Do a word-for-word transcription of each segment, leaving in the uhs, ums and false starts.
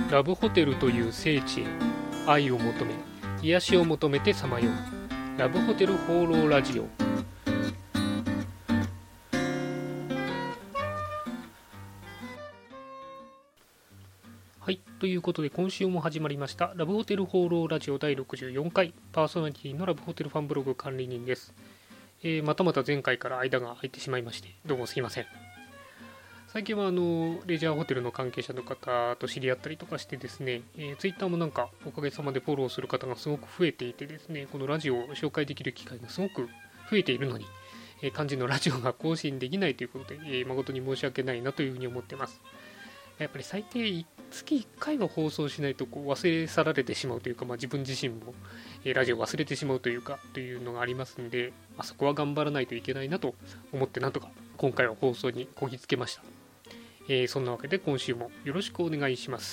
ラブホテルという聖地へ愛を求め癒しを求めてさまようラブホテル放浪ラジオ。はい、ということで今週も始まりましたラブホテル放浪ラジオだいろくじゅうよんかい、パーソナリティのラブホテルファンブログ管理人です。えー、またまた前回から間が空いてしまいましてどうもすいません。最近はあのレジャーホテルの関係者の方と知り合ったりとかしてですね、えー、ツイッターもなんかおかげさまでフォローする方がすごく増えていてですね、このラジオを紹介できる機会がすごく増えているのに、えー、肝心のラジオが更新できないということで、えー、誠に申し訳ないなというふうに思ってます。やっぱり最低月いっかいは放送しないとこう忘れ去られてしまうというか、まあ、自分自身も、えー、ラジオ忘れてしまうというかというのがありますので、まあ、そこは頑張らないといけないなと思ってなんとか今回は放送にこぎつけました。えー、そんなわけで今週もよろしくお願いします。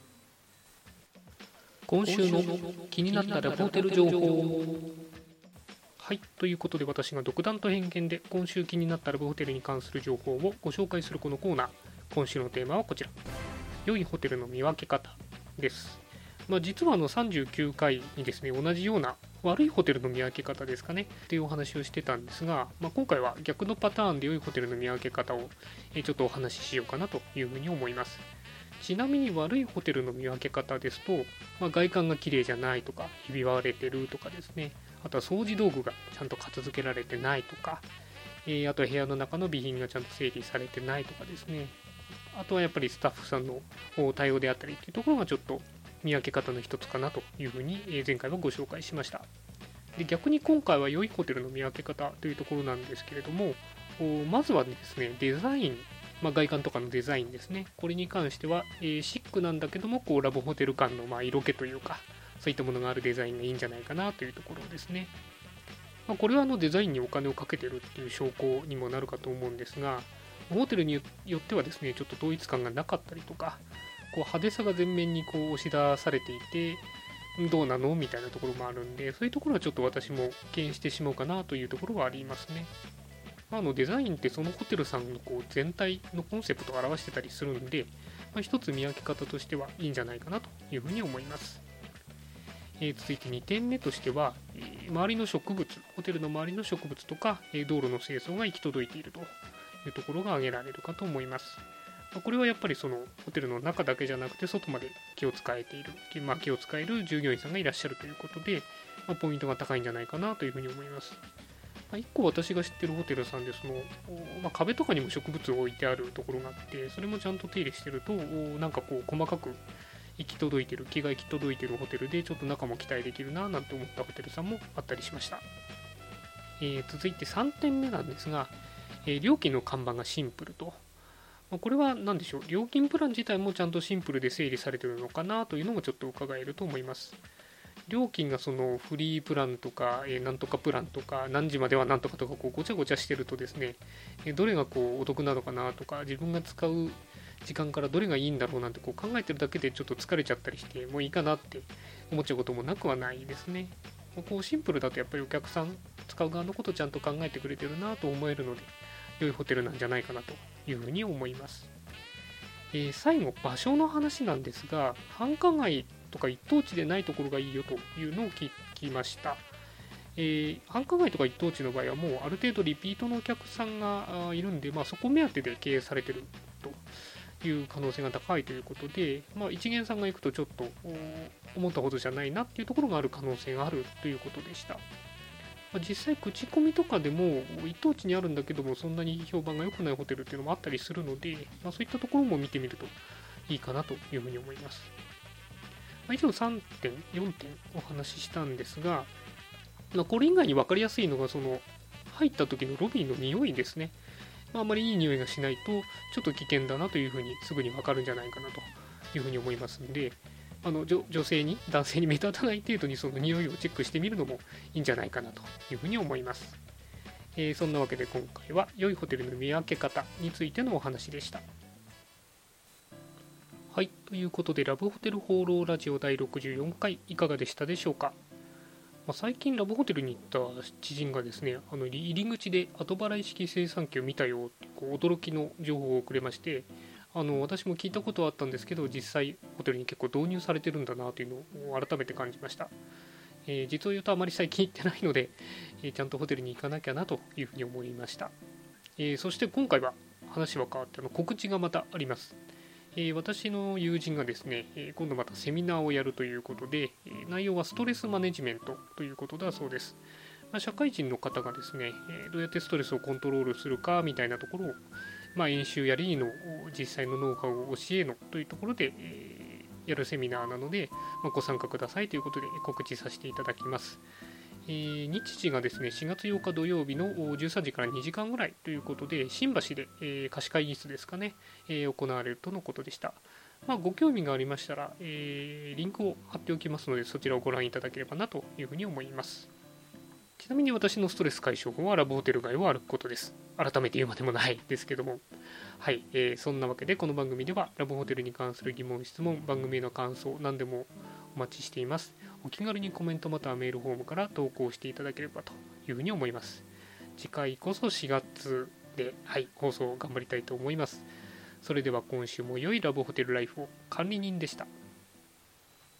今週の気になったラブホテル情報。はい、ということで私が独断と偏見で今週気になったラブホテルに関する情報をご紹介するこのコーナー。今週のテーマはこちら、良いホテルの見分け方です。まあ、実はあのさんじゅうきゅうかいにですね、同じような悪いホテルの見分け方ですかねというお話をしてたんですが、まあ、今回は逆のパターンで良いホテルの見分け方をちょっとお話ししようかなというふうに思います。ちなみに悪いホテルの見分け方ですと、まあ、外観が綺麗じゃないとか、ひび割れてるとかですね、あとは掃除道具がちゃんと片付けられてないとか、えー、あとは部屋の中の備品がちゃんと整理されてないとかですね、あとはやっぱりスタッフさんの対応であったりというところがちょっと見分け方の一つかなというふうに前回はご紹介しました。で、逆に今回は良いホテルの見分け方というところなんですけれども、まずはですね、デザイン、まあ、外観とかのデザインですね。これに関しては、えー、シックなんだけどもこうラブホテル感のまあ色気というか、そういったものがあるデザインがいいんじゃないかなというところですね。まあ、これはあのデザインにお金をかけてるっていう証拠にもなるかと思うんですが、ホテルによってはですね、ちょっと統一感がなかったりとか、こう派手さが前面にこう押し出されていて、どうなのみたいなところもあるんで、そういうところはちょっと私も敬遠してしまうかなというところはありますね。あのデザインってそのホテルさんのこう全体のコンセプトを表してたりするんで、まあ、一つ見分け方としてはいいんじゃないかなというふうに思います。えー、続いてにてんめとしては、えー、周りの植物、ホテルの周りの植物とか、えー、道路の清掃が行き届いているというところが挙げられるかと思います。これはやっぱりそのホテルの中だけじゃなくて外まで気を使えている、まあ、気を使える従業員さんがいらっしゃるということで、まあ、ポイントが高いんじゃないかなというふうに思います。まあ、いっこ私が知ってるホテルさんでその、まあ、壁とかにも植物を置いてあるところがあって、それもちゃんと手入れしてるとなんかこう細かく行き届いてる、気が行き届いてるホテルでちょっと中も期待できるななんて思ったホテルさんもあったりしました。えー、続いてさんてんめなんですが、えー、料金の看板がシンプルと。これは何でしょう、料金プラン自体もちゃんとシンプルで整理されているのかなというのもちょっと伺えると思います。料金がそのフリープランとか、えー、なんとかプランとか、何時まではなんとかとかこうごちゃごちゃしてるとですね、どれがこうお得なのかなとか、自分が使う時間からどれがいいんだろうなんてこう考えてるだけでちょっと疲れちゃったりして、もういいかなって思っちゃうこともなくはないですね。こうシンプルだとやっぱりお客さん、使う側のことをちゃんと考えてくれてるなと思えるので、良いホテルなんじゃないかなというふうに思います。えー、最後、場所の話なんですが、繁華街とか一等地でないところがいいよというのを聞きました。えー、繁華街とか一等地の場合はもうある程度リピートのお客さんがいるんで、まあ、そこ目当てで経営されてるという可能性が高いということで、まあ、一元さんが行くとちょっと思ったほどじゃないなっていうところがある可能性があるということでした。実際口コミとかでも一等地にあるんだけどもそんなに評判が良くないホテルっていうのもあったりするので、まあ、そういったところも見てみるといいかなというふうに思います。まあ、以上さんてん、よんてんお話ししたんですが、まあ、これ以外に分かりやすいのがその入った時のロビーの匂いですね。まあ、あまりいい匂いがしないとちょっと危険だなというふうにすぐに分かるんじゃないかなというふうに思いますので、あの 女, 女性に男性に目立たない程度にその匂いをチェックしてみるのもいいんじゃないかなというふうに思います。えー、そんなわけで今回は良いホテルの見分け方についてのお話でした。はい、ということでラブホテル放浪ラジオだいろくじゅうよんかいいかがでしたでしょうか。まあ、最近ラブホテルに行った知人がですね、あの入り口で後払い式精算機を見たよってこう驚きの情報をくれまして、 あの私も聞いたことはあったんですけど、実際ホテルに結構導入されてるんだなというのを改めて感じました。えー、実を言うとあまり最近行ってないので、えー、ちゃんとホテルに行かなきゃなというふうに思いました。えー、そして今回は話は変わってあの告知がまたあります。えー、私の友人がですね、えー、今度またセミナーをやるということで、えー、内容はストレスマネジメントということだそうです。まあ、社会人の方がですね、えー、どうやってストレスをコントロールするかみたいなところを、まあ、演習やりの実際のノウハウを教えのというところで、えーやるセミナーなので、まあ、ご参加くださいということで告知させていただきます。えー、日時がですねしがつようか土曜日のじゅうさんじからにじかんぐらいということで、新橋で、えー、貸し会議室ですかね、えー、行われるとのことでした。まあ、ご興味がありましたら、えー、リンクを貼っておきますので、そちらをご覧いただければなというふうに思います。ちなみに私のストレス解消法はラブホテル街を歩くことです。改めて言うまでもないですけども。はい、えー、そんなわけでこの番組ではラブホテルに関する疑問、質問、番組への感想、何でもお待ちしています。お気軽にコメントまたはメールフォームから投稿していただければというふうに思います。次回こそしがつで、はい、放送を頑張りたいと思います。それでは今週も良いラブホテルライフを。管理人でした。